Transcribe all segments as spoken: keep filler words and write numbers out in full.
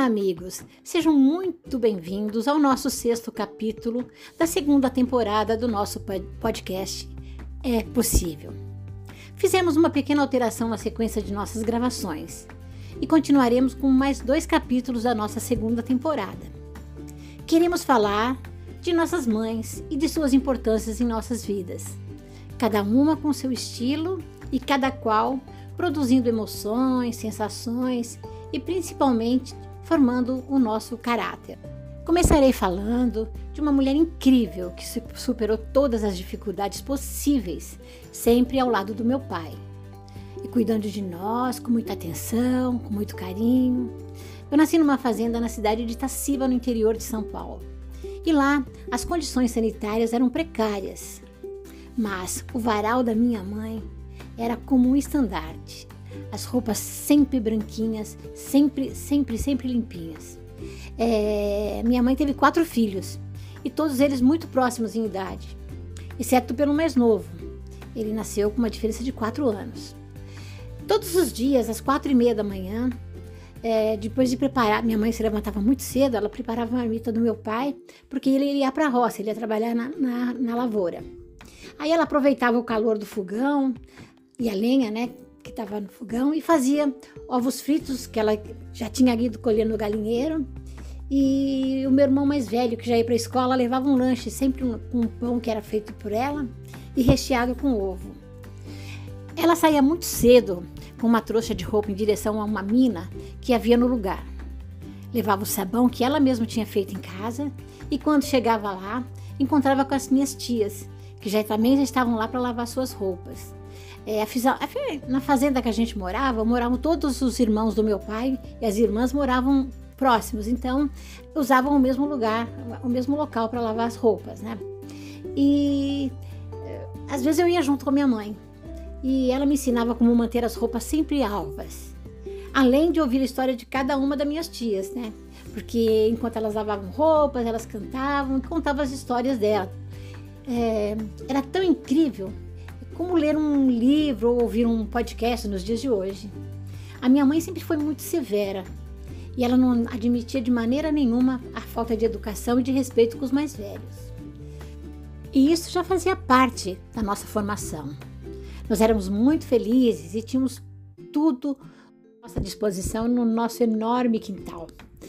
Olá, amigos! Sejam muito bem-vindos ao nosso sexto capítulo da segunda temporada do nosso podcast É Possível. Fizemos uma pequena alteração na sequência de nossas gravações e continuaremos com mais dois capítulos da nossa segunda temporada. Queremos falar de nossas mães e de suas importâncias em nossas vidas, cada uma com seu estilo e cada qual produzindo emoções, sensações e principalmente formando o nosso caráter. Começarei falando de uma mulher incrível que superou todas as dificuldades possíveis, sempre ao lado do meu pai, e cuidando de nós com muita atenção, com muito carinho. Eu nasci numa fazenda na cidade de Itaciba, no interior de São Paulo, e lá as condições sanitárias eram precárias, mas o varal da minha mãe era como um estandarte. As roupas sempre branquinhas, sempre, sempre, sempre limpinhas. É, minha mãe teve quatro filhos, e todos eles muito próximos em idade, exceto pelo mais novo. Ele nasceu com uma diferença de quatro anos. Todos os dias, às quatro e meia da manhã, é, depois de preparar, minha mãe se levantava muito cedo, ela preparava a marmita do meu pai, porque ele ia para a roça, ele ia trabalhar na, na, na lavoura. Aí ela aproveitava o calor do fogão e a lenha, né, que estava no fogão, e fazia ovos fritos que ela já tinha ido colher no galinheiro. E o meu irmão mais velho, que já ia para a escola, levava um lanche sempre com um pão que era feito por ela e recheado com ovo. Ela saía muito cedo com uma trouxa de roupa em direção a uma mina que havia no lugar. Levava o sabão que ela mesma tinha feito em casa, e quando chegava lá, encontrava com as minhas tias, que já também já estavam lá para lavar suas roupas. É, na fazenda que a gente morava, moravam todos os irmãos do meu pai, e as irmãs moravam próximos, então usavam o mesmo lugar, o mesmo local para lavar as roupas, né? E às vezes eu ia junto com a minha mãe, e ela me ensinava como manter as roupas sempre alvas, além de ouvir a história de cada uma das minhas tias, né? Porque enquanto elas lavavam roupas, elas cantavam e contavam as histórias dela. É, era tão incrível como ler um livro ou ouvir um podcast nos dias de hoje. A minha mãe sempre foi muito severa e ela não admitia de maneira nenhuma a falta de educação e de respeito com os mais velhos. E isso já fazia parte da nossa formação. Nós éramos muito felizes e tínhamos tudo à nossa disposição no nosso enorme quintal.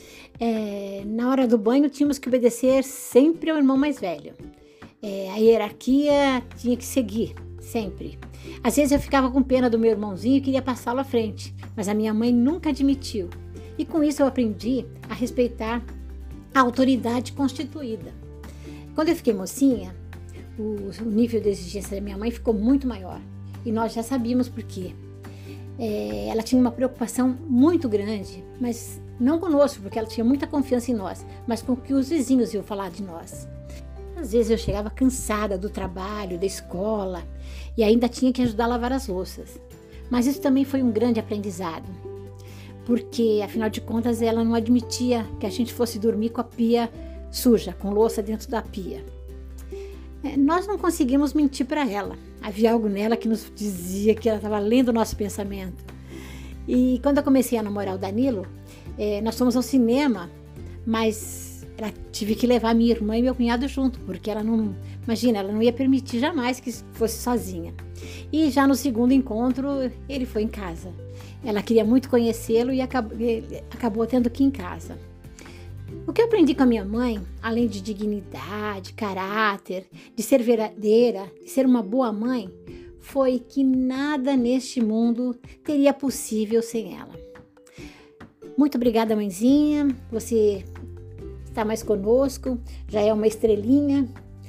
É, na hora do banho tínhamos que obedecer sempre ao irmão mais velho. É, a hierarquia tinha que seguir, sempre. Às vezes eu ficava com pena do meu irmãozinho e queria passá-lo à frente, mas a minha mãe nunca admitiu. E com isso eu aprendi a respeitar a autoridade constituída. Quando eu fiquei mocinha, o, o nível de exigência da minha mãe ficou muito maior. E nós já sabíamos por quê. É, ela tinha uma preocupação muito grande, mas não conosco, porque ela tinha muita confiança em nós, mas com o que os vizinhos iam falar de nós. Às vezes eu chegava cansada do trabalho, da escola, e ainda tinha que ajudar a lavar as louças. Mas isso também foi um grande aprendizado, porque, afinal de contas, ela não admitia que a gente fosse dormir com a pia suja, com louça dentro da pia. É, nós não conseguimos mentir para ela. Havia algo nela que nos dizia que ela estava lendo o nosso pensamento. E quando eu comecei a namorar o Danilo, é, nós fomos ao cinema, mas ela tive que levar minha irmã e meu cunhado junto, porque ela não, imagina, ela não ia permitir jamais que fosse sozinha. E já no segundo encontro, ele foi em casa. Ela queria muito conhecê-lo e acabou, acabou tendo que ir em casa. O que eu aprendi com a minha mãe, além de dignidade, caráter, de ser verdadeira, de ser uma boa mãe, foi que nada neste mundo teria possível sem ela. Muito obrigada, mãezinha, você está mais conosco, já é uma estrelinha,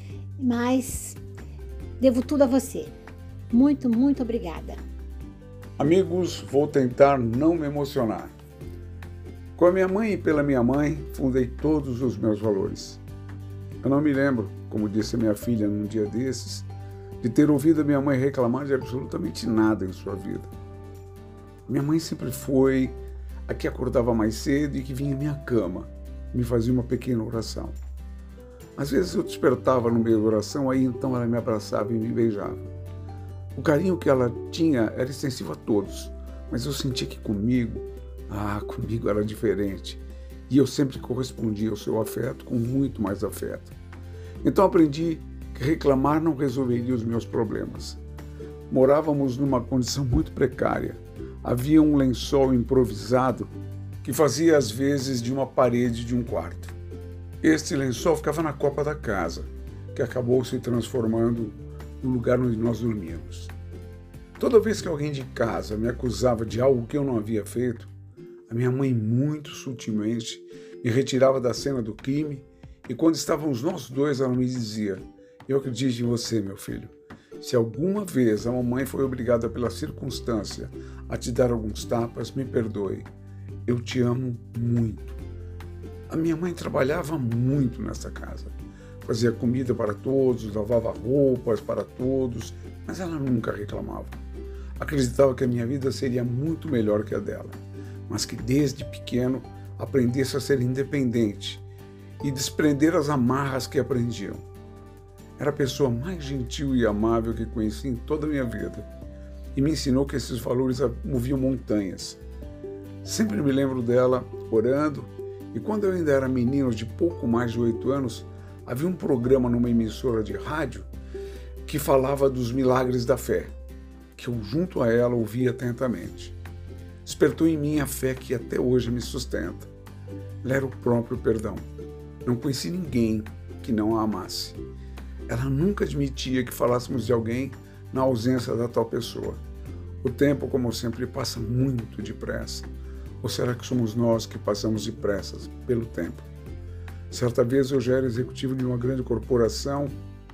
mas devo tudo a você. Muito, muito obrigada. Amigos, vou tentar não me emocionar. Com a minha mãe e pela minha mãe, fundei todos os meus valores. Eu não me lembro, como disse a minha filha num dia desses, de ter ouvido a minha mãe reclamar de absolutamente nada em sua vida. Minha mãe sempre foi a que acordava mais cedo e que vinha à minha cama, me fazia uma pequena oração. Às vezes eu despertava no meio da oração, aí então ela me abraçava e me beijava. O carinho que ela tinha era extensivo a todos, mas eu sentia que comigo, ah, comigo era diferente. e eu sempre correspondia ao seu afeto com muito mais afeto. Então aprendi que reclamar não resolveria os meus problemas. Morávamos numa condição muito precária. Havia um lençol improvisado que fazia às vezes de uma parede de um quarto. Este lençol ficava na copa da casa, que acabou se transformando no lugar onde nós dormíamos. Toda vez que alguém de casa me acusava de algo que eu não havia feito, a minha mãe muito sutilmente me retirava da cena do crime e quando estávamos nós dois, ela me dizia: eu acredito em você, meu filho. Se alguma vez a mamãe foi obrigada pela circunstância a te dar alguns tapas, me perdoe. Eu te amo muito. A minha mãe trabalhava muito nessa casa. Fazia comida para todos, lavava roupas para todos, mas ela nunca reclamava. Acreditava que a minha vida seria muito melhor que a dela, mas que desde pequeno aprendesse a ser independente e desprender as amarras que aprendiam. Era a pessoa mais gentil e amável que conheci em toda a minha vida e me ensinou que esses valores moviam montanhas. Sempre me lembro dela orando e quando eu ainda era menino de pouco mais de oito anos, havia um programa numa emissora de rádio que falava dos milagres da fé, que eu junto a ela ouvia atentamente. Despertou em mim a fé que até hoje me sustenta. Ela era o próprio perdão. Não conheci ninguém que não a amasse. Ela nunca admitia que falássemos de alguém na ausência da tal pessoa. O tempo, como sempre, passa muito depressa. Ou será que somos nós que passamos depressa pelo tempo? Certa vez eu já era executivo de uma grande corporação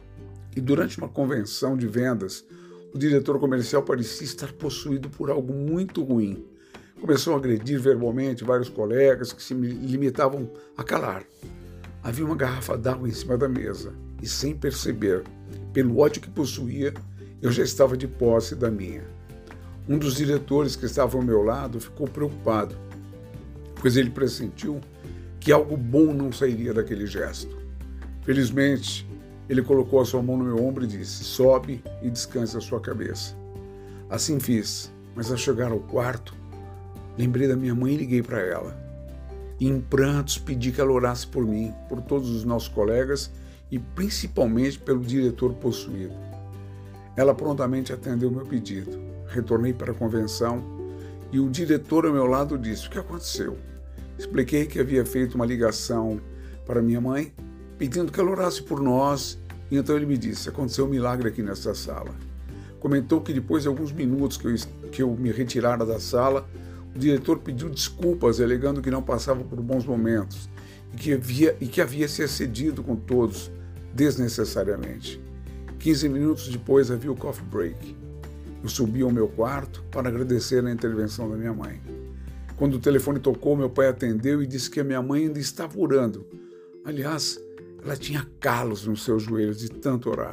e durante uma convenção de vendas, o diretor comercial parecia estar possuído por algo muito ruim. Começou a agredir verbalmente vários colegas que se limitavam a calar. Havia uma garrafa d'água em cima da mesa e, sem perceber, pelo ódio que possuía, eu já estava de posse da minha. Um dos diretores que estava ao meu lado ficou preocupado, pois ele pressentiu que algo bom não sairia daquele gesto. Felizmente, ele colocou a sua mão no meu ombro e disse: sobe e descanse a sua cabeça. Assim fiz, mas ao chegar ao quarto, lembrei da minha mãe e liguei para ela. E em prantos pedi que ela orasse por mim, por todos os nossos colegas e principalmente pelo diretor possuído. Ela prontamente atendeu meu pedido. Retornei para a convenção e o diretor ao meu lado disse: o que aconteceu? Expliquei que havia feito uma ligação para minha mãe, pedindo que ela orasse por nós, e então ele me disse: aconteceu um milagre aqui nessa sala. Comentou que depois de alguns minutos que eu, que eu me retirara da sala, o diretor pediu desculpas, alegando que não passava por bons momentos e que havia, e que havia se excedido com todos desnecessariamente. quinze minutos depois havia o coffee break. Eu subi ao meu quarto para agradecer a intervenção da minha mãe. Quando o telefone tocou, meu pai atendeu e disse que a minha mãe ainda estava orando. Aliás, ela tinha calos nos seus joelhos de tanto orar.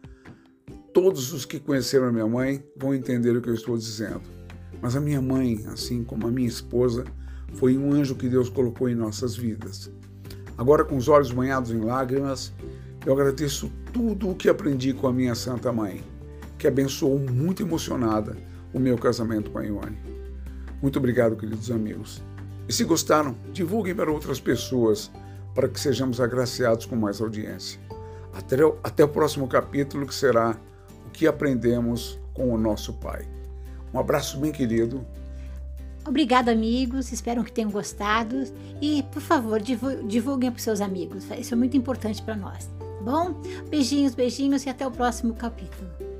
Todos os que conheceram a minha mãe vão entender o que eu estou dizendo. Mas a minha mãe, assim como a minha esposa, foi um anjo que Deus colocou em nossas vidas. Agora, com os olhos banhados em lágrimas, eu agradeço tudo o que aprendi com a minha Santa Mãe, que abençoou muito emocionada o meu casamento com a Ione. Muito obrigado, queridos amigos. E se gostaram, divulguem para outras pessoas, para que sejamos agraciados com mais audiência. Até, até o próximo capítulo, que será o que aprendemos com o nosso Pai. Um abraço bem querido. Obrigada, amigos. Espero que tenham gostado. E, por favor, divulguem para os seus amigos. Isso é muito importante para nós. Tá bom? Beijinhos, beijinhos e até o próximo capítulo.